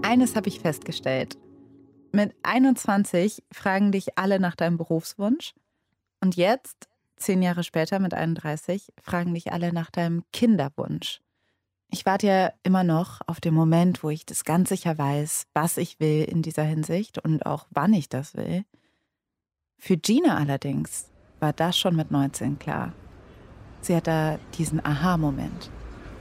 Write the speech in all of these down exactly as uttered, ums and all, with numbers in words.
eines habe ich festgestellt. Mit einundzwanzig fragen dich alle nach deinem Berufswunsch. Und jetzt, zehn Jahre später mit einunddreißig, fragen dich alle nach deinem Kinderwunsch. Ich warte ja immer noch auf den Moment, wo ich das ganz sicher weiß, was ich will in dieser Hinsicht und auch wann ich das will. Für Gina allerdings war das schon mit neunzehn klar. Sie hat da diesen Aha-Moment.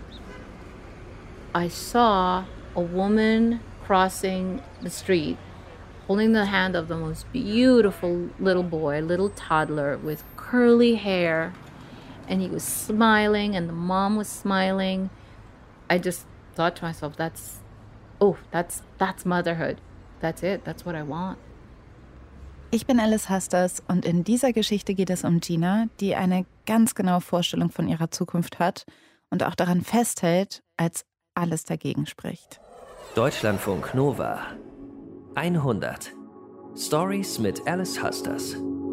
I saw a woman crossing the street, holding the hand of the most beautiful little boy, little toddler with curly hair, and he was smiling and the mom was smiling. I just thought to myself, that's, oh, that's, that's motherhood. That's it, that's what I want. Ich bin Alice Hasters und in dieser Geschichte geht es um Gina, die eine ganz genaue Vorstellung von ihrer Zukunft hat und auch daran festhält, als alles dagegen spricht. Deutschlandfunk Nova hundert. Stories mit Alice Hasters.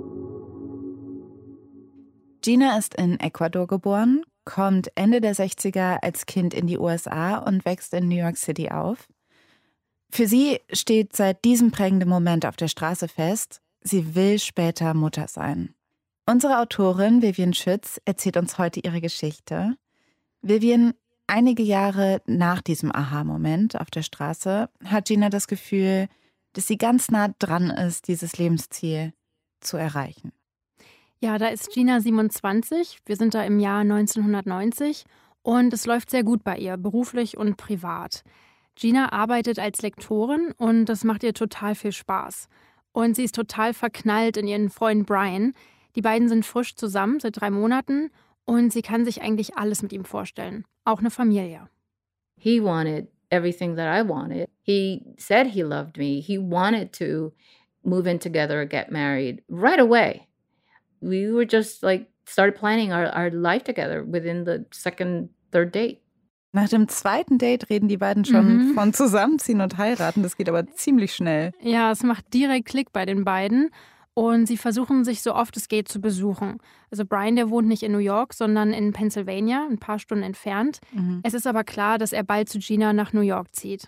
Gina ist in Ecuador geboren, kommt Ende der sechziger als Kind in die U S A und wächst in New York City auf. Für sie steht seit diesem prägenden Moment auf der Straße fest, sie will später Mutter sein. Unsere Autorin Vivian Schütz erzählt uns heute ihre Geschichte. Vivian, einige Jahre nach diesem Aha-Moment auf der Straße hat Gina das Gefühl, dass sie ganz nah dran ist, dieses Lebensziel zu erreichen. Ja, da ist Gina siebenundzwanzig, wir sind da im Jahr neunzehnhundertneunzig und es läuft sehr gut bei ihr, beruflich und privat. Gina arbeitet als Lektorin und das macht ihr total viel Spaß. Und sie ist total verknallt in ihren Freund Brian. Die beiden sind frisch zusammen, seit drei Monaten und sie kann sich eigentlich alles mit ihm vorstellen, auch eine Familie. He wanted everything that I wanted. He said he loved me. He wanted to move in together, get married right away. We were just like started planning our, our life together within the second, third date. Nach dem zweiten Date reden die beiden schon Mhm. von Zusammenziehen und heiraten. Das geht aber ziemlich schnell. Ja, es macht direkt Klick bei den beiden und sie versuchen sich so oft es geht zu besuchen. Also Brian, der wohnt nicht in New York, sondern in Pennsylvania, ein paar Stunden entfernt. Mhm. Es ist aber klar, dass er bald zu Gina nach New York zieht.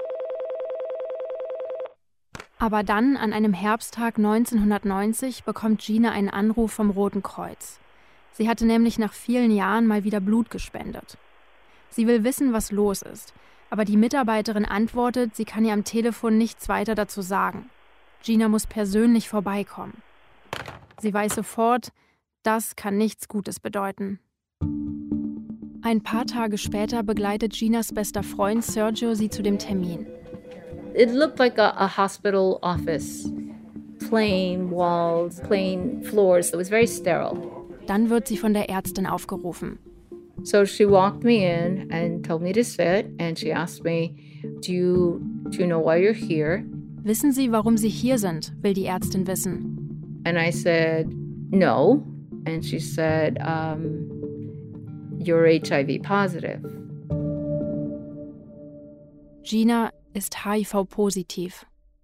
Aber dann, an einem Herbsttag neunzehnhundertneunzig, bekommt Gina einen Anruf vom Roten Kreuz. Sie hatte nämlich nach vielen Jahren mal wieder Blut gespendet. Sie will wissen, was los ist, aber die Mitarbeiterin antwortet, sie kann ihr am Telefon nichts weiter dazu sagen. Gina muss persönlich vorbeikommen. Sie weiß sofort, das kann nichts Gutes bedeuten. Ein paar Tage später begleitet Ginas bester Freund Sergio sie zu dem Termin. It looked like a, a hospital office. Plain walls, plain floors. It was very sterile. Dann wird sie von der Ärztin aufgerufen. So she walked me in and told me to sit, and she asked me, do you, do you know why you're here? Wissen Sie, warum Sie hier sind, will die Ärztin wissen. And I said, no. And she said, um, you're H I V positive. Gina ist H I V-positiv.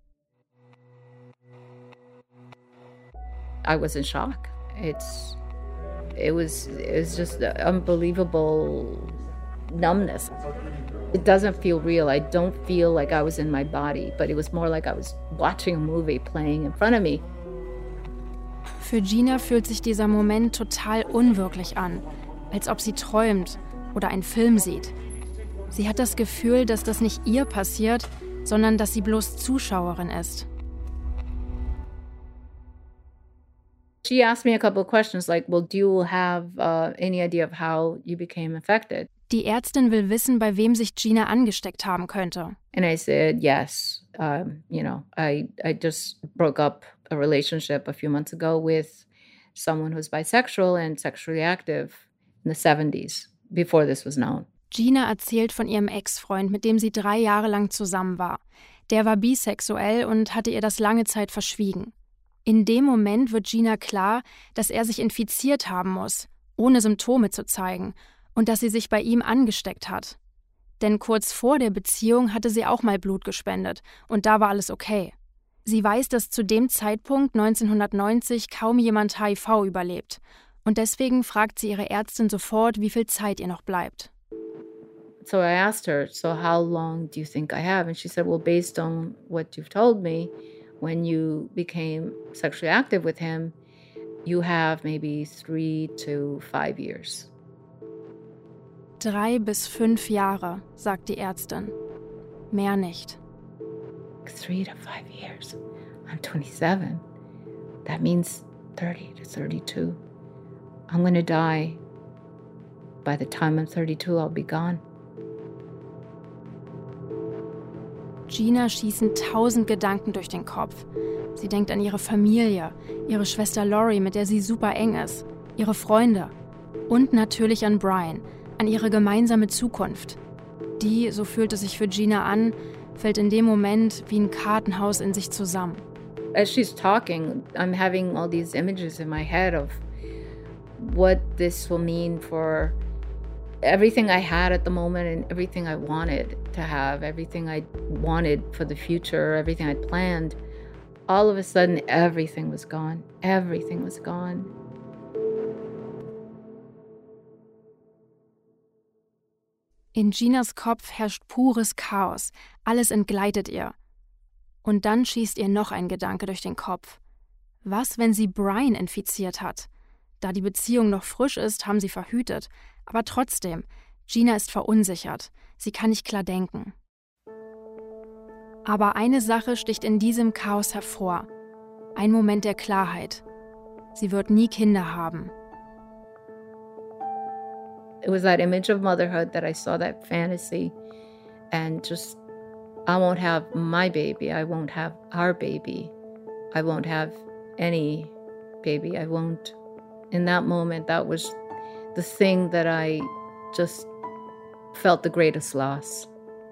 I was in shock. It's, it was, it was just unbelievable numbness. It doesn't feel real. I don't feel like I was in my body, but it was more like I was watching a movie playing in front of me. Für Gina fühlt sich dieser Moment total unwirklich an, als ob sie träumt oder einen Film sieht. Sie hat das Gefühl, dass das nicht ihr passiert, sondern dass sie bloß Zuschauerin ist. She asked me a couple of questions like, well, do you have uh, any idea of how you became infected? Die Ärztin will wissen, bei wem sich Gina angesteckt haben könnte. And I said, yes. Um, you know, I, I just broke up a relationship a few months ago with someone who's bisexual and sexually active in the seventies, before this was known. Gina erzählt von ihrem Ex-Freund, mit dem sie drei Jahre lang zusammen war. Der war bisexuell und hatte ihr das lange Zeit verschwiegen. In dem Moment wird Gina klar, dass er sich infiziert haben muss, ohne Symptome zu zeigen, und dass sie sich bei ihm angesteckt hat. Denn kurz vor der Beziehung hatte sie auch mal Blut gespendet und da war alles okay. Sie weiß, dass zu dem Zeitpunkt neunzehnhundertneunzig kaum jemand H I V überlebt und deswegen fragt sie ihre Ärztin sofort, wie viel Zeit ihr noch bleibt. So I asked her, so how long do you think I have? And she said, well, based on what you've told me, when you became sexually active with him, you have maybe three to five years. Drei bis fünf Jahre, sagt die Ärztin. Mehr nicht. Three to five years. I'm twenty-seven. That means thirty to thirty-two. I'm going to die. By the time I'm thirty-two, I'll be gone. Gina schießen tausend Gedanken durch den Kopf. Sie denkt an ihre Familie, ihre Schwester Lori, mit der sie super eng ist, ihre Freunde und natürlich an Brian, an ihre gemeinsame Zukunft. Die, so fühlt es sich für Gina an, fällt in dem Moment wie ein Kartenhaus in sich zusammen. As she's talking, I'm having all these images in my head of what this will mean for everything I had at the moment and everything I wanted to have, everything I wanted for the future, everything I'd planned. All of a sudden, everything was gone. Everything was gone. In Ginas Kopf herrscht pures Chaos. Alles entgleitet ihr. Und dann schießt ihr noch ein Gedanke durch den Kopf. Was, wenn sie Brian infiziert hat? Da die Beziehung noch frisch ist, haben sie verhütet. Aber trotzdem, Gina ist verunsichert. Sie kann nicht klar denken. Aber eine Sache sticht in diesem Chaos hervor. Ein Moment der Klarheit. Sie wird nie Kinder haben. It was that image of motherhood that I saw, that fantasy, and just, I won't have my baby, I won't have our baby, I won't have any baby, I won't. In that moment, that was the thing that I just felt the greatest loss.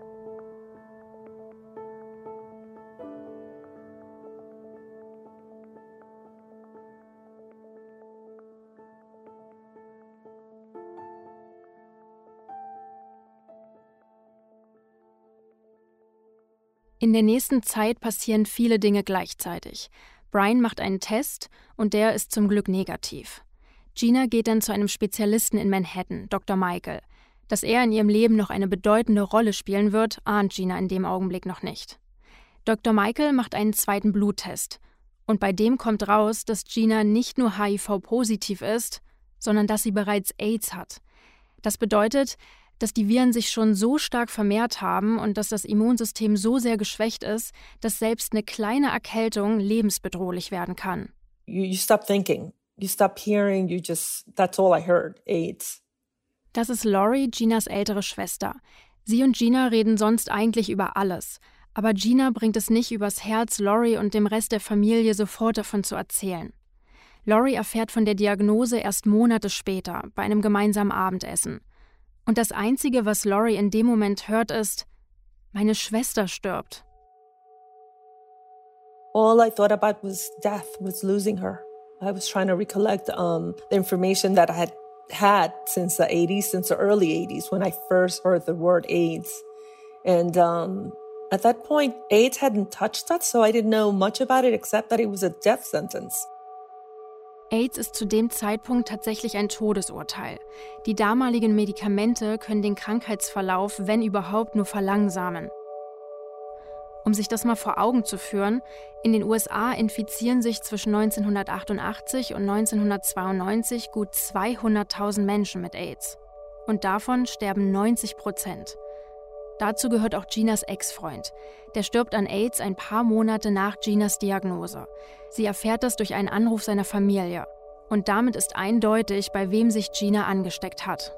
In der nächsten Zeit passieren viele Dinge gleichzeitig. Brian macht einen Test und der ist zum Glück negativ. Gina geht dann zu einem Spezialisten in Manhattan, Doktor Michael. Dass er in ihrem Leben noch eine bedeutende Rolle spielen wird, ahnt Gina in dem Augenblick noch nicht. Doktor Michael macht einen zweiten Bluttest. Und bei dem kommt raus, dass Gina nicht nur H I V-positiv ist, sondern dass sie bereits AIDS hat. Das bedeutet, dass die Viren sich schon so stark vermehrt haben und dass das Immunsystem so sehr geschwächt ist, dass selbst eine kleine Erkältung lebensbedrohlich werden kann. You, you stop thinking, you stop hearing, you just, that's all I heard, AIDS. Das ist Lori, Ginas ältere Schwester. Sie und Gina reden sonst eigentlich über alles. Aber Gina bringt es nicht übers Herz, Lori und dem Rest der Familie sofort davon zu erzählen. Lori erfährt von der Diagnose erst Monate später, bei einem gemeinsamen Abendessen. Und das Einzige, was Lori in dem Moment hört, ist: Meine Schwester stirbt. All I thought about was death, was losing her. I was trying to recollect um, the information that I had had since the eighties, since the early eighties, when I first heard the word AIDS. And um, at that point, AIDS hadn't touched us, so I didn't know much about it except that it was a death sentence. AIDS ist zu dem Zeitpunkt tatsächlich ein Todesurteil. Die damaligen Medikamente können den Krankheitsverlauf, wenn überhaupt, nur verlangsamen. Um sich das mal vor Augen zu führen, in den U S A infizieren sich zwischen neunzehnhundertachtundachtzig und neunzehnhundertzweiundneunzig gut zweihunderttausend Menschen mit AIDS. Und davon sterben neunzig Prozent. Dazu gehört auch Ginas Ex-Freund. Der stirbt an AIDS ein paar Monate nach Ginas Diagnose. Sie erfährt das durch einen Anruf seiner Familie. Und damit ist eindeutig, bei wem sich Gina angesteckt hat.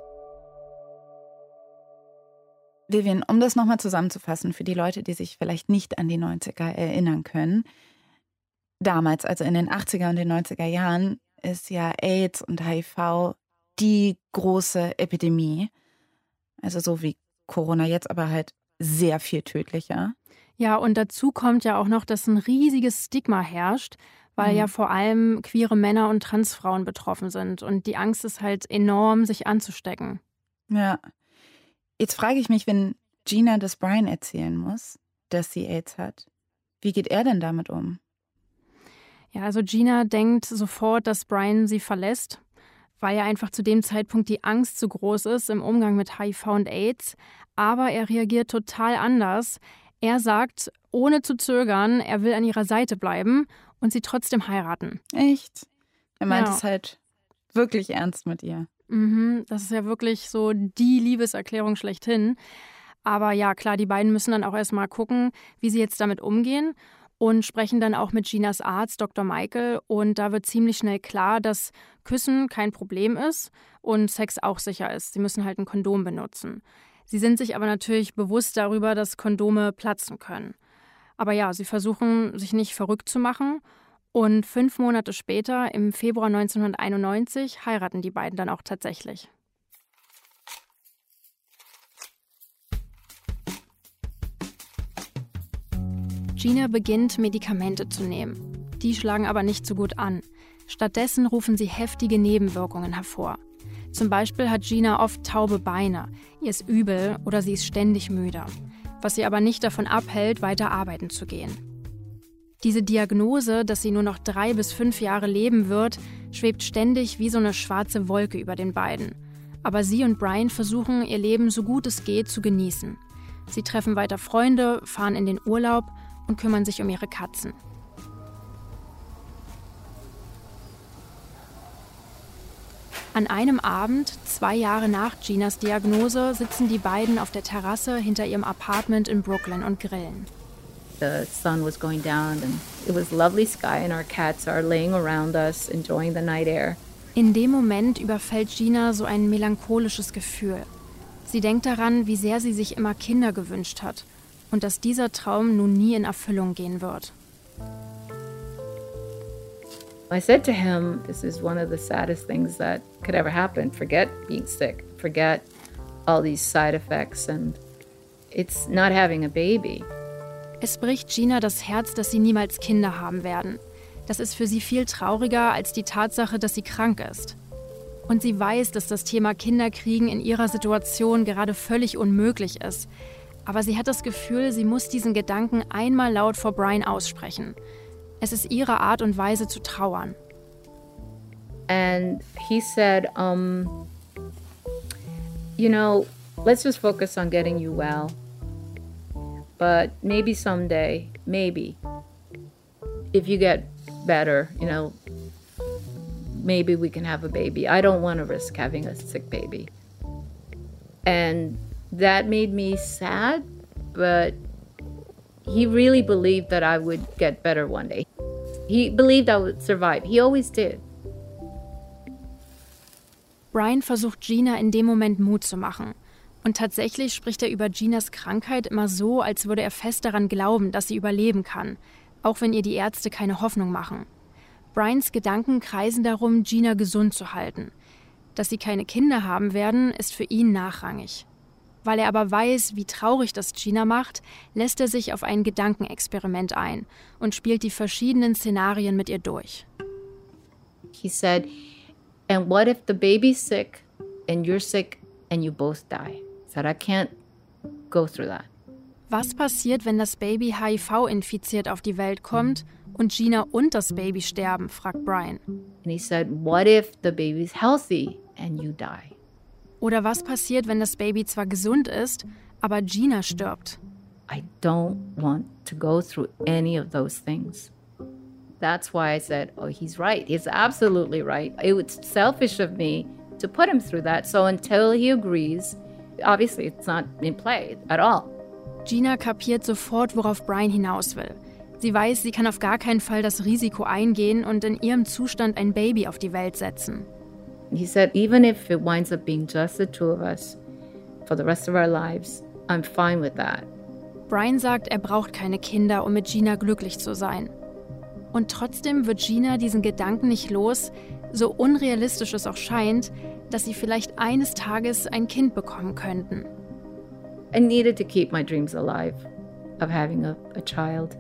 Vivian, um das nochmal zusammenzufassen für die Leute, die sich vielleicht nicht an die neunziger erinnern können. Damals, also in den achtziger und den neunziger Jahren, ist ja AIDS und H I V die große Epidemie. Also so wie Corona jetzt, aber halt sehr viel tödlicher. Ja, und dazu kommt ja auch noch, dass ein riesiges Stigma herrscht, weil mhm. ja vor allem queere Männer und Transfrauen betroffen sind. Und die Angst ist halt enorm, sich anzustecken. Ja. Jetzt frage ich mich, wenn Gina das Brian erzählen muss, dass sie AIDS hat, wie geht er denn damit um? Ja, also Gina denkt sofort, dass Brian sie verlässt. weil ja einfach zu dem Zeitpunkt die Angst zu groß ist im Umgang mit H I V und AIDS. Aber er reagiert total anders. Er sagt, ohne zu zögern, er will an ihrer Seite bleiben und sie trotzdem heiraten. Echt? Er meint Ja. es halt wirklich ernst mit ihr. Mhm, das ist ja wirklich so die Liebeserklärung schlechthin. Aber ja, klar, die beiden müssen dann auch erstmal gucken, wie sie jetzt damit umgehen und sprechen dann auch mit Ginas Arzt, Doktor Michael. Und da wird ziemlich schnell klar, dass Küssen kein Problem ist und Sex auch sicher ist. Sie müssen halt ein Kondom benutzen. Sie sind sich aber natürlich bewusst darüber, dass Kondome platzen können. Aber ja, sie versuchen, sich nicht verrückt zu machen. Und fünf Monate später, im Februar neunzehnhunderteinundneunzig, heiraten die beiden dann auch tatsächlich. Gina beginnt, Medikamente zu nehmen. Die schlagen aber nicht so gut an. Stattdessen rufen sie heftige Nebenwirkungen hervor. Zum Beispiel hat Gina oft taube Beine, ihr ist übel oder sie ist ständig müde, was sie aber nicht davon abhält, weiter arbeiten zu gehen. Diese Diagnose, dass sie nur noch drei bis fünf Jahre leben wird, schwebt ständig wie so eine schwarze Wolke über den beiden. Aber sie und Brian versuchen, ihr Leben so gut es geht zu genießen. Sie treffen weiter Freunde, fahren in den Urlaub und kümmern sich um ihre Katzen. An einem Abend, zwei Jahre nach Ginas Diagnose, sitzen die beiden auf der Terrasse hinter ihrem Apartment in Brooklyn und grillen. The sun was going down and it was lovely sky and our cats are laying around us, enjoying the night air. In dem Moment überfällt Gina so ein melancholisches Gefühl. Sie denkt daran, wie sehr sie sich immer Kinder gewünscht hat und dass dieser Traum nun nie in Erfüllung gehen wird. I said to him, this is one of the saddest things that could ever happen. Forget being sick, forget all these side effects, and it's not having a baby. Es bricht Gina das Herz, dass sie niemals Kinder haben werden. Das ist für sie viel trauriger als die Tatsache, dass sie krank ist. Und sie weiß, dass das Thema Kinderkriegen in ihrer Situation gerade völlig unmöglich ist. Aber sie hat das Gefühl, sie muss diesen Gedanken einmal laut vor Brian aussprechen. Es ist ihre Art und Weise zu trauern. And he said, um, you know, let's just focus on getting you well. But maybe someday, maybe, if you get better, you know, maybe we can have a baby. I don't want to risk having a sick baby. And that made me sad, but he really believed that I would get better one day. He believed I would survive. He always did. Brian versucht Gina in dem Moment Mut zu machen. Und tatsächlich spricht er über Ginas Krankheit immer so, als würde er fest daran glauben, dass sie überleben kann, auch wenn ihr die Ärzte keine Hoffnung machen. Brians Gedanken kreisen darum, Gina gesund zu halten. Dass sie keine Kinder haben werden, ist für ihn nachrangig. Weil er aber weiß, wie traurig das Gina macht, lässt er sich auf ein Gedankenexperiment ein und spielt die verschiedenen Szenarien mit ihr durch. He said, and what if the baby's sick and you're sick and you both die? He said, I can't go through that. Was passiert, wenn das Baby H I V-infiziert auf die Welt kommt und Gina und das Baby sterben, fragt Brian. And he said, what if the baby's healthy and you die? Oder was passiert, wenn das Baby zwar gesund ist, aber Gina stirbt? I don't want to go through any of those things. That's why I said, oh, he's right. He's absolutely right. It was selfish of me to put him through that. So until he agrees, obviously it's not in play at all. Gina kapiert sofort, worauf Brian hinaus will. Sie weiß, sie kann auf gar keinen Fall das Risiko eingehen und in ihrem Zustand ein Baby auf die Welt setzen. He said, even if it winds up being just the two of us for the rest of our lives, I'm fine with that. Brian sagt, er braucht keine Kinder, um mit Gina glücklich zu sein. Und trotzdem wird Gina diesen Gedanken nicht los, so unrealistisch es auch scheint, dass sie vielleicht eines Tages ein Kind bekommen könnten. I needed to keep my dreams alive of having a, a child.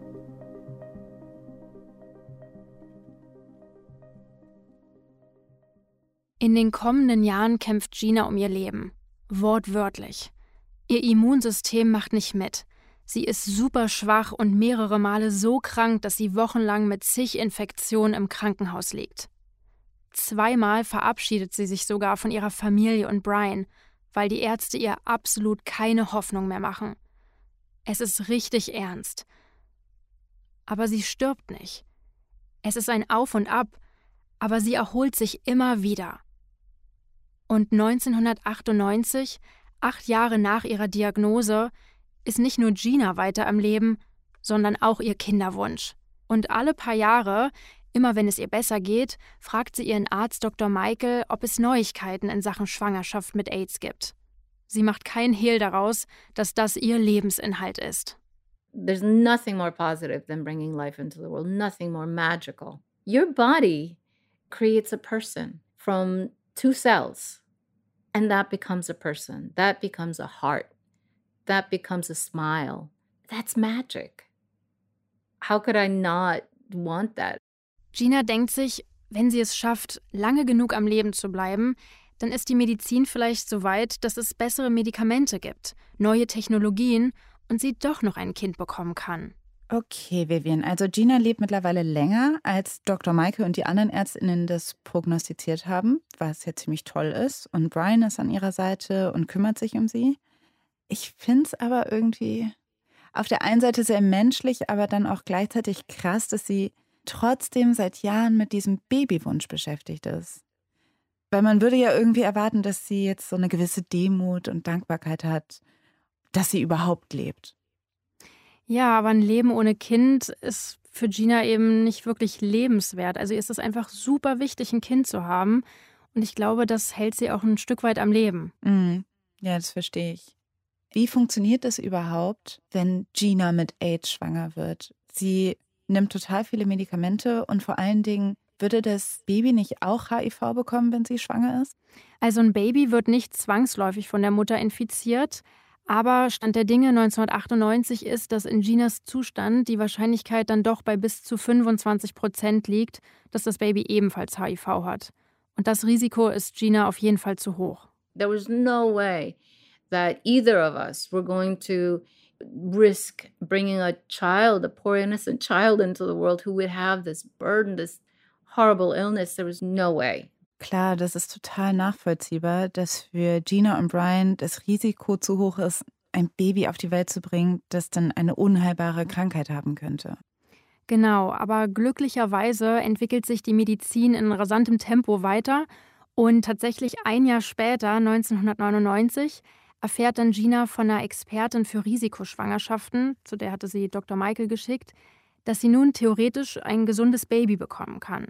In den kommenden Jahren kämpft Gina um ihr Leben. Wortwörtlich. Ihr Immunsystem macht nicht mit. Sie ist super schwach und mehrere Male so krank, dass sie wochenlang mit zig Infektionen im Krankenhaus liegt. Zweimal verabschiedet sie sich sogar von ihrer Familie und Brian, weil die Ärzte ihr absolut keine Hoffnung mehr machen. Es ist richtig ernst. Aber sie stirbt nicht. Es ist ein Auf und Ab, aber sie erholt sich immer wieder. Und neunzehnhundertachtundneunzig, acht Jahre nach ihrer Diagnose, ist nicht nur Gina weiter am Leben, sondern auch ihr Kinderwunsch. Und alle paar Jahre, immer wenn es ihr besser geht, fragt sie ihren Arzt Doktor Michael, ob es Neuigkeiten in Sachen Schwangerschaft mit AIDS gibt. Sie macht kein Hehl daraus, dass das ihr Lebensinhalt ist. There's nothing more positive than bringing life into the world, nothing more magical. Your body creates a person from two cells, and that becomes a person. That becomes a heart. That becomes a smile. That's magic. How could I not want that? Gina denkt sich, wenn sie es schafft, lange genug am Leben zu bleiben, dann ist die Medizin vielleicht so weit, dass es bessere Medikamente gibt, neue Technologien und sie doch noch ein Kind bekommen kann. Okay, Vivian, also Gina lebt mittlerweile länger, als Doktor Michael und die anderen ÄrztInnen das prognostiziert haben, was ja ziemlich toll ist. Und Brian ist an ihrer Seite und kümmert sich um sie. Ich finde es aber irgendwie auf der einen Seite sehr menschlich, aber dann auch gleichzeitig krass, dass sie trotzdem seit Jahren mit diesem Babywunsch beschäftigt ist. Weil man würde ja irgendwie erwarten, dass sie jetzt so eine gewisse Demut und Dankbarkeit hat, dass sie überhaupt lebt. Ja, aber ein Leben ohne Kind ist für Gina eben nicht wirklich lebenswert. Also ihr ist es einfach super wichtig, ein Kind zu haben. Und ich glaube, das hält sie auch ein Stück weit am Leben. Mhm. Ja, das verstehe ich. Wie funktioniert das überhaupt, wenn Gina mit AIDS schwanger wird? Sie nimmt total viele Medikamente und vor allen Dingen, würde das Baby nicht auch H I V bekommen, wenn sie schwanger ist? Also ein Baby wird nicht zwangsläufig von der Mutter infiziert, aber Stand der Dinge neunzehnhundertachtundneunzig ist, dass in Ginas Zustand die Wahrscheinlichkeit dann doch bei bis zu fünfundzwanzig Prozent liegt, dass das Baby ebenfalls H I V hat. Und das Risiko ist Gina auf jeden Fall zu hoch. There was no way that either of us were going to risk bringing a child, a poor innocent child into the world who would have this burden, this horrible illness. There was no way. Klar, das ist total nachvollziehbar, dass für Gina und Brian das Risiko zu hoch ist, ein Baby auf die Welt zu bringen, das dann eine unheilbare Krankheit haben könnte. Genau, aber glücklicherweise entwickelt sich die Medizin in rasantem Tempo weiter und tatsächlich ein Jahr später, neunzehnhundertneunundneunzig, erfährt dann Gina von einer Expertin für Risikoschwangerschaften, zu der hatte sie Doktor Michael geschickt, dass sie nun theoretisch ein gesundes Baby bekommen kann.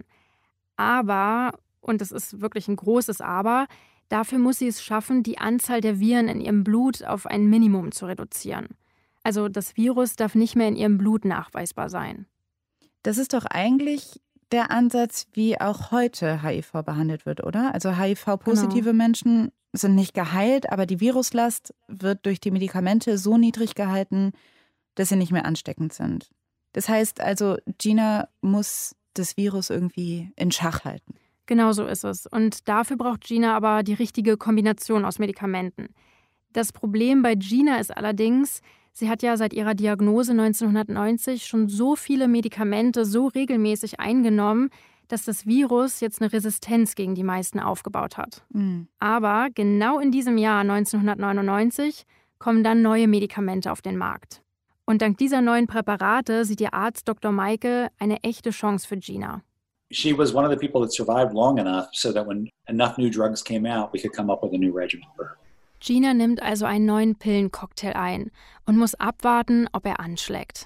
Aber, und es ist wirklich ein großes Aber, dafür muss sie es schaffen, die Anzahl der Viren in ihrem Blut auf ein Minimum zu reduzieren. Also das Virus darf nicht mehr in ihrem Blut nachweisbar sein. Das ist doch eigentlich der Ansatz, wie auch heute H I V behandelt wird, oder? Also H I V-positive genau. Menschen sind nicht geheilt, aber die Viruslast wird durch die Medikamente so niedrig gehalten, dass sie nicht mehr ansteckend sind. Das heißt also, Gina muss das Virus irgendwie in Schach halten. Genau so ist es. Und dafür braucht Gina aber die richtige Kombination aus Medikamenten. Das Problem bei Gina ist allerdings, sie hat ja seit ihrer Diagnose neunzehnhundertneunzig schon so viele Medikamente so regelmäßig eingenommen, dass das Virus jetzt eine Resistenz gegen die meisten aufgebaut hat. Mhm. Aber genau in diesem Jahr neunzehnhundertneunundneunzig kommen dann neue Medikamente auf den Markt. Und dank dieser neuen Präparate sieht ihr Arzt Doktor Michael eine echte Chance für Gina. She was one of the people that survived long enough so that when enough new drugs came out, we could come up with a new regimen for her. Gina nimmt also einen neuen Pillencocktail ein und muss abwarten, ob er anschlägt.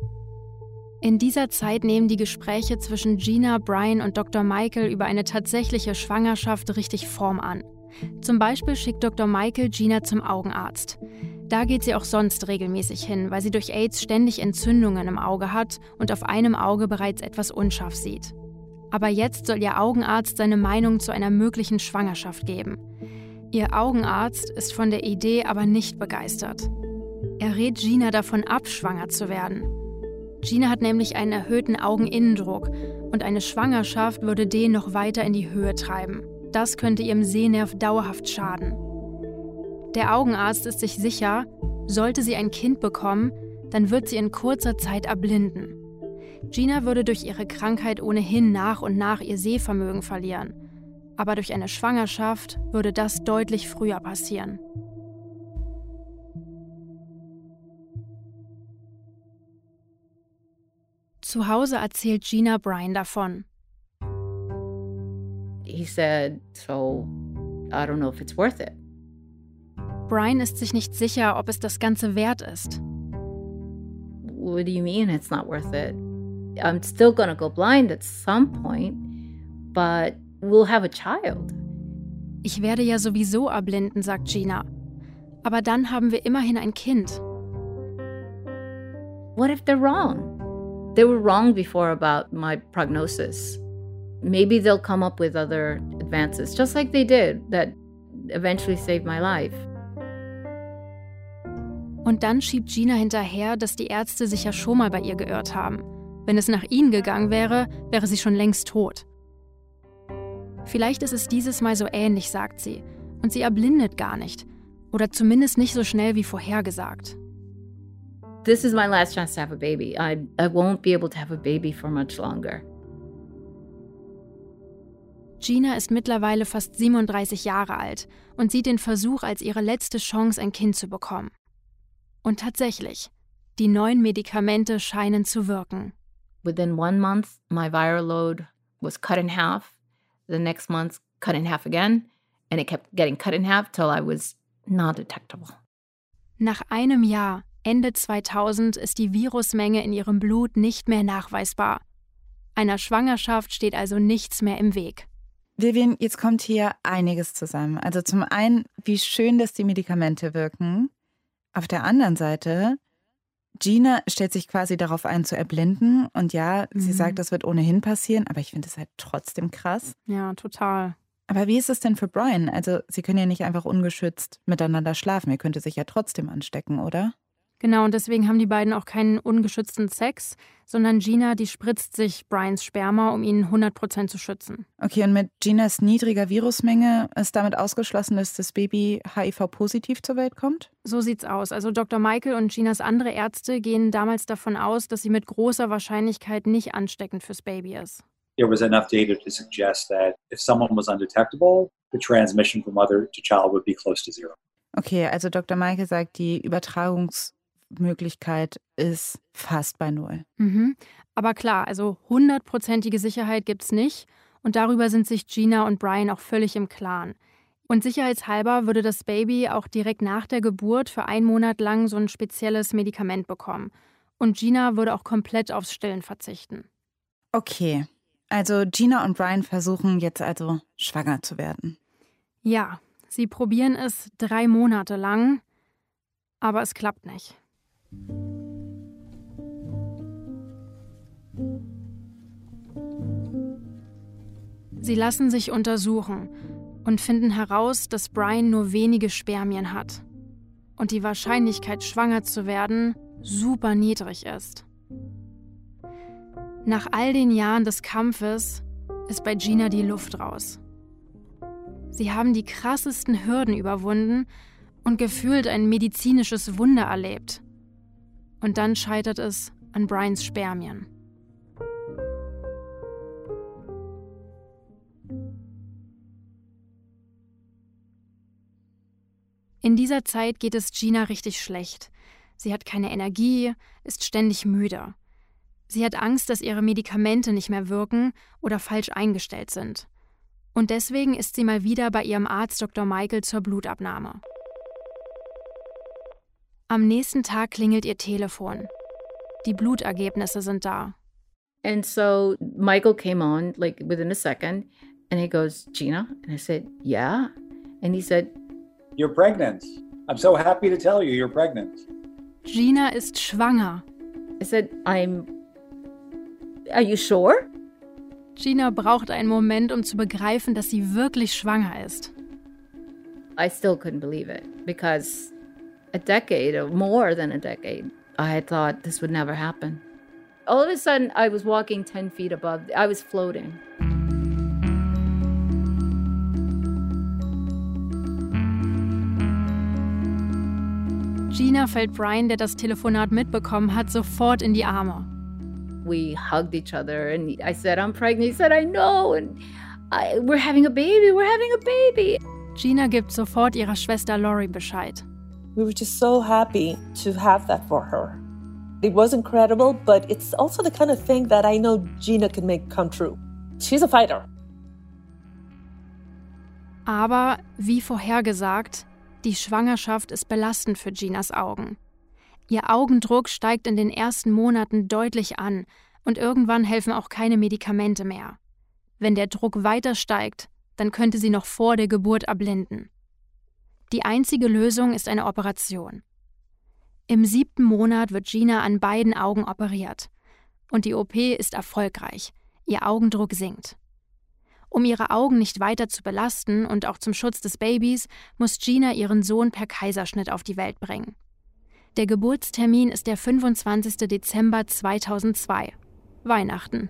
In dieser Zeit nehmen die Gespräche zwischen Gina, Brian und Doktor Michael über eine tatsächliche Schwangerschaft richtig Form an. Zum Beispiel schickt Doktor Michael Gina zum Augenarzt. Da geht sie auch sonst regelmäßig hin, weil sie durch AIDS ständig Entzündungen im Auge hat und auf einem Auge bereits etwas unscharf sieht. Aber jetzt soll ihr Augenarzt seine Meinung zu einer möglichen Schwangerschaft geben. Ihr Augenarzt ist von der Idee aber nicht begeistert. Er rät Gina davon ab, schwanger zu werden. Gina hat nämlich einen erhöhten Augeninnendruck und eine Schwangerschaft würde den noch weiter in die Höhe treiben. Das könnte ihrem Sehnerv dauerhaft schaden. Der Augenarzt ist sich sicher, sollte sie ein Kind bekommen, dann wird sie in kurzer Zeit erblinden. Gina würde durch ihre Krankheit ohnehin nach und nach ihr Sehvermögen verlieren. Aber durch eine Schwangerschaft würde das deutlich früher passieren. Zu Hause erzählt Gina Brian davon. He said, so I don't know if it's worth it. Brian ist sich nicht sicher, ob es das Ganze wert ist. What do you mean it's not worth it? I'm still gonna go blind at some point, but we'll have a child. Ich werde ja sowieso erblinden, sagt Gina. Aber dann haben wir immerhin ein Kind. What if they're wrong? They were wrong before about my prognosis. Maybe they'll come up with other advances, just like they did, that eventually saved my life. Und dann schiebt Gina hinterher, dass die Ärzte sich ja schon mal bei ihr geirrt haben. Wenn es nach ihnen gegangen wäre, wäre sie schon längst tot. Vielleicht ist es dieses Mal so ähnlich, sagt sie. Und sie erblindet gar nicht. Oder zumindest nicht so schnell wie vorhergesagt. This is my last chance to have a baby. I, I won't be able to have a baby for much longer. Gina ist mittlerweile fast siebenunddreißig Jahre alt und sieht den Versuch als ihre letzte Chance, ein Kind zu bekommen. Und tatsächlich, die neuen Medikamente scheinen zu wirken. Within one month, my viral load was cut in half. The next month, cut in half again. And it kept getting cut in half till I was not detectable. Nach einem Jahr, Ende zweitausend, ist die Virusmenge in ihrem Blut nicht mehr nachweisbar. Einer Schwangerschaft steht also nichts mehr im Weg. Vivian, jetzt kommt hier einiges zusammen. Also zum einen, wie schön, dass die Medikamente wirken. Auf der anderen Seite, Gina stellt sich quasi darauf ein, zu erblinden. Und ja, mhm. sie sagt, das wird ohnehin passieren, aber ich finde es halt trotzdem krass. Ja, total. Aber wie ist es denn für Brian? Also sie können ja nicht einfach ungeschützt miteinander schlafen. Er könnte sich ja trotzdem anstecken, oder? Genau, und deswegen haben die beiden auch keinen ungeschützten Sex, sondern Gina, die spritzt sich Brians Sperma, um ihn hundert Prozent zu schützen. Okay, und mit Ginas niedriger Virusmenge ist damit ausgeschlossen, dass das Baby H I V-positiv zur Welt kommt? So sieht's aus. Also Doktor Michael und Ginas andere Ärzte gehen damals davon aus, dass sie mit großer Wahrscheinlichkeit nicht ansteckend fürs Baby ist. There was enough data to suggest that if someone was undetectable, the transmission from mother to child would be close to zero. Okay, also Doktor Michael sagt, die Übertragungs Möglichkeit ist fast bei null. Mhm. Aber klar, also hundertprozentige Sicherheit gibt's nicht und darüber sind sich Gina und Brian auch völlig im Klaren. Und sicherheitshalber würde das Baby auch direkt nach der Geburt für einen Monat lang so ein spezielles Medikament bekommen. Und Gina würde auch komplett aufs Stillen verzichten. Okay, also Gina und Brian versuchen jetzt also schwanger zu werden. Ja, sie probieren es drei Monate lang, aber es klappt nicht. Sie lassen sich untersuchen und finden heraus, dass Brian nur wenige Spermien hat und die Wahrscheinlichkeit, schwanger zu werden, super niedrig ist. Nach all den Jahren des Kampfes ist bei Gina die Luft raus. Sie haben die krassesten Hürden überwunden und gefühlt ein medizinisches Wunder erlebt. Und dann scheitert es an Brians Spermien. In dieser Zeit geht es Gina richtig schlecht. Sie hat keine Energie, ist ständig müde. Sie hat Angst, dass ihre Medikamente nicht mehr wirken oder falsch eingestellt sind. Und deswegen ist sie mal wieder bei ihrem Arzt Doktor Michael zur Blutabnahme. Am nächsten Tag klingelt ihr Telefon. Die Blutergebnisse sind da. And so Michael came on like within a second and he goes, Gina? And I said, yeah. And he said, you're pregnant. I'm so happy to tell you you're pregnant. Gina ist schwanger. I said, I'm, are you sure? Gina braucht einen Moment, um zu begreifen, dass sie wirklich schwanger ist. I still couldn't believe it because a decade or more than a decade, I had thought this would never happen. All of a sudden, I was walking ten feet above. I was floating. Gina fällt Brian, der das Telefonat mitbekommen hat, sofort in die Arme. We hugged each other and I said, I'm pregnant. He said, I know. And I, we're having a baby, we're having a baby. Gina gibt sofort ihrer Schwester Lori Bescheid. We were just so happy to have that for her. It was incredible, but it's also the kind of thing that I know Gina can make come true. She's a fighter. Aber, wie vorhergesagt, die Schwangerschaft ist belastend für Ginas Augen. Ihr Augendruck steigt in den ersten Monaten deutlich an und irgendwann helfen auch keine Medikamente mehr. Wenn der Druck weiter steigt, dann könnte sie noch vor der Geburt erblinden. Die einzige Lösung ist eine Operation. Im siebten Monat wird Gina an beiden Augen operiert. Und die O P ist erfolgreich. Ihr Augendruck sinkt. Um ihre Augen nicht weiter zu belasten und auch zum Schutz des Babys, muss Gina ihren Sohn per Kaiserschnitt auf die Welt bringen. Der Geburtstermin ist der fünfundzwanzigster Dezember zweitausendzwei, Weihnachten.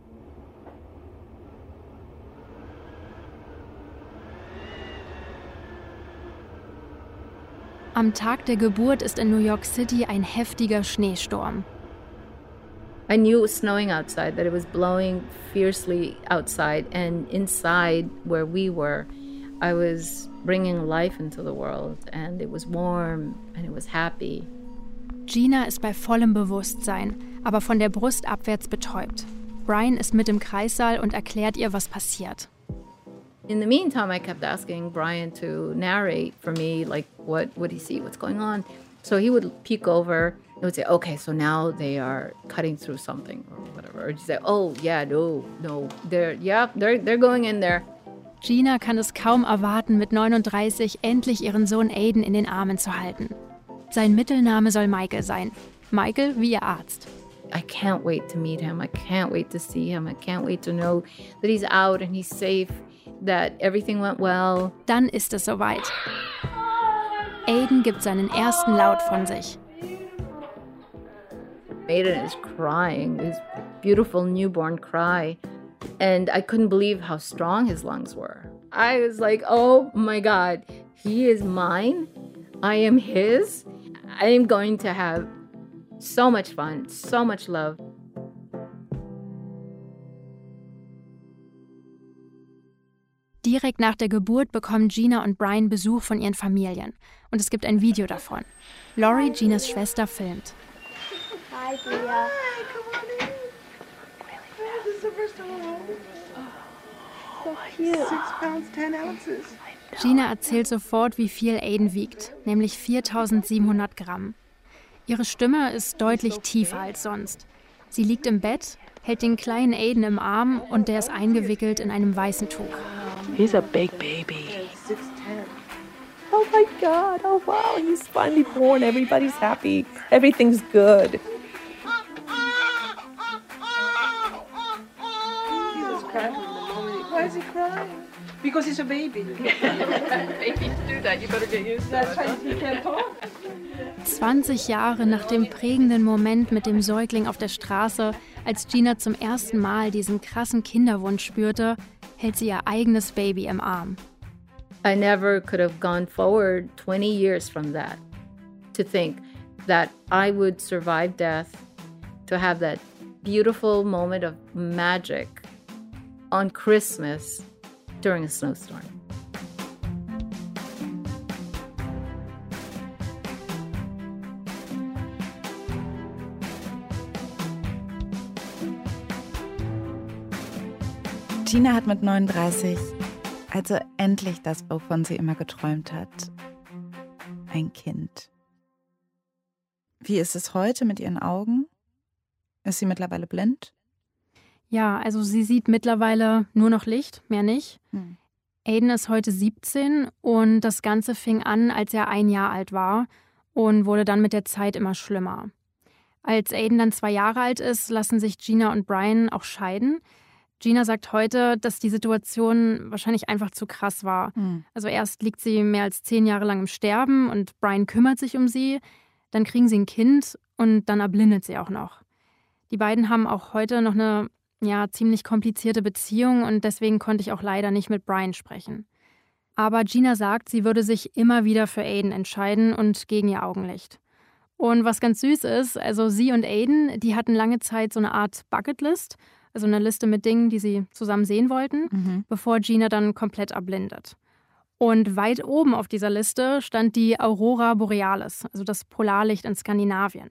Am Tag der Geburt ist in New York City ein heftiger Schneesturm. I knew it was snowing outside, that it was blowing fiercely outside, and inside where we were, I was bringing life into the world, and it was warm and it was happy. Gina ist bei vollem Bewusstsein, aber von der Brust abwärts betäubt. Brian ist mit im Kreissaal und erklärt ihr, was passiert. In the meantime, I kept asking Brian to narrate for me, like, what would he see, what's going on? So he would peek over and would say, okay, so now they are cutting through something or whatever. Or he'd say, oh, yeah, no, no, they're, yeah, they're, they're going in there. Gina kann es kaum erwarten, mit neununddreißig endlich ihren Sohn Aiden in den Armen zu halten. Sein Mittelname soll Michael sein. Michael wie ihr Arzt. I can't wait to meet him. I can't wait to see him. I can't wait to know that he's out and he's safe, that everything went well. Dann ist es soweit. Aiden gibt seinen ersten Laut von sich. Aiden is crying, his beautiful newborn cry. And I couldn't believe how strong his lungs were. I was like, oh my God, he is mine. I am his. I am going to have so much fun, so much love. Direkt nach der Geburt bekommen Gina und Brian Besuch von ihren Familien. Und es gibt ein Video davon. Lori, Ginas Schwester, filmt. Hi, Bria. Hi, come on in. Oh, this is the first time I'm home. So cute. Six pounds, ten ounces. Gina erzählt sofort, wie viel Aiden wiegt, nämlich viertausendsiebenhundert Gramm. Ihre Stimme ist deutlich tiefer als sonst. Sie liegt im Bett, hält den kleinen Aiden im Arm und der ist eingewickelt in einem weißen Tuch. He's a big baby. six ten. Oh my God, oh wow, he's finally born. Everybody's happy. Everything's good. He was crying from the moment he... Why is he crying? Because he's a baby. Babies do that. You better get used to it. That's why he can't talk. zwanzig Jahre nach dem prägenden Moment mit dem Säugling auf der Straße, als Gina zum ersten Mal diesen krassen Kinderwunsch spürte, hält sie ihr eigenes Baby im Arm. I never could have gone forward twenty years from that to think that I would survive death, to have that beautiful moment of magic on Christmas during a snowstorm. Gina hat mit neununddreißig also endlich das, wovon sie immer geträumt hat. Ein Kind. Wie ist es heute mit ihren Augen? Ist sie mittlerweile blind? Ja, also sie sieht mittlerweile nur noch Licht, mehr nicht. Hm. Aiden ist heute siebzehn und das Ganze fing an, als er ein Jahr alt war und wurde dann mit der Zeit immer schlimmer. Als Aiden dann zwei Jahre alt ist, lassen sich Gina und Brian auch scheiden. Gina sagt heute, dass die Situation wahrscheinlich einfach zu krass war. Mhm. Also erst liegt sie mehr als zehn Jahre lang im Sterben und Brian kümmert sich um sie. Dann kriegen sie ein Kind und dann erblindet sie auch noch. Die beiden haben auch heute noch eine ja, ziemlich komplizierte Beziehung und deswegen konnte ich auch leider nicht mit Brian sprechen. Aber Gina sagt, sie würde sich immer wieder für Aiden entscheiden und gegen ihr Augenlicht. Und was ganz süß ist, also sie und Aiden, die hatten lange Zeit so eine Art Bucketlist. also eine Liste mit Dingen, die sie zusammen sehen wollten, Mhm. bevor Gina dann komplett erblindet. Und weit oben auf dieser Liste stand die Aurora Borealis, also das Polarlicht in Skandinavien.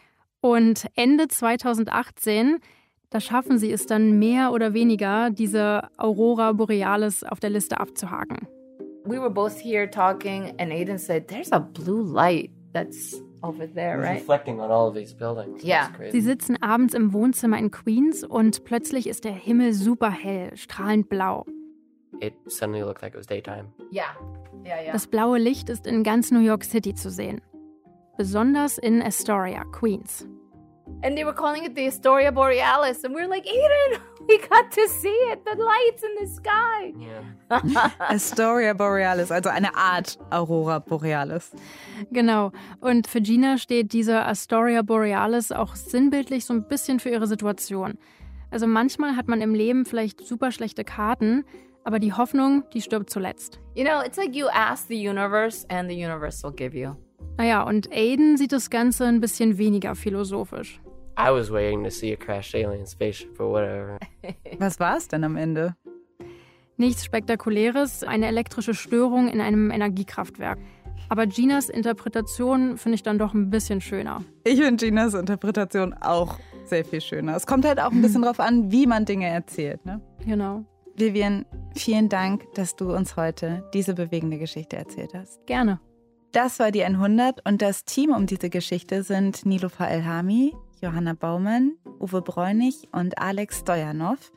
Und Ende zweitausendachtzehn, da schaffen sie es dann mehr oder weniger, diese Aurora Borealis auf der Liste abzuhaken. We were both here talking, and Aiden said, "There's a blue light that's over there, right?" Reflecting on all of these buildings. Yeah. That's crazy. Sie sitzen abends im Wohnzimmer in Queens und plötzlich ist der Himmel super hell, strahlend blau. It suddenly looked like it was daytime. Yeah, yeah, yeah. Das blaue Licht ist in ganz New York City zu sehen. Besonders in Astoria, Queens. And they were calling it the Astoria Borealis, and we were like, Aiden, we got to see it, the lights in the sky. Yeah. Astoria Borealis, also eine Art Aurora Borealis. Genau. Und für Gina steht diese Astoria Borealis auch sinnbildlich so ein bisschen für ihre Situation. Also manchmal hat man im Leben vielleicht super schlechte Karten, aber die Hoffnung, die stirbt zuletzt. You know, it's like you ask the universe, and the universe will give you. Naja, und Aiden sieht das Ganze ein bisschen weniger philosophisch. I was waiting to see a crashed alien spaceship or whatever. Was war es denn am Ende? Nichts Spektakuläres, eine elektrische Störung in einem Energiekraftwerk. Aber Ginas Interpretation finde ich dann doch ein bisschen schöner. Ich finde Ginas Interpretation auch sehr viel schöner. Es kommt halt auch ein bisschen drauf an, wie man Dinge erzählt, ne? Genau. Vivian, vielen Dank, dass du uns heute diese bewegende Geschichte erzählt hast. Gerne. Das war die hundert und das Team um diese Geschichte sind Niloufar Elhami, Johanna Baumann, Uwe Bräunig und Alex Stojanov.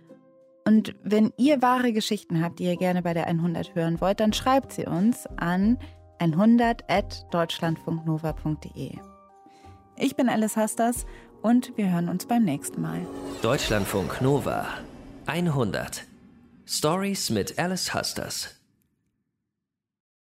Und wenn ihr wahre Geschichten habt, die ihr gerne bei der hundert hören wollt, dann schreibt sie uns an hundert at deutschlandfunknova punkt de. Ich bin Alice Hasters und wir hören uns beim nächsten Mal. Deutschlandfunk Nova hundert. Stories mit Alice Hasters.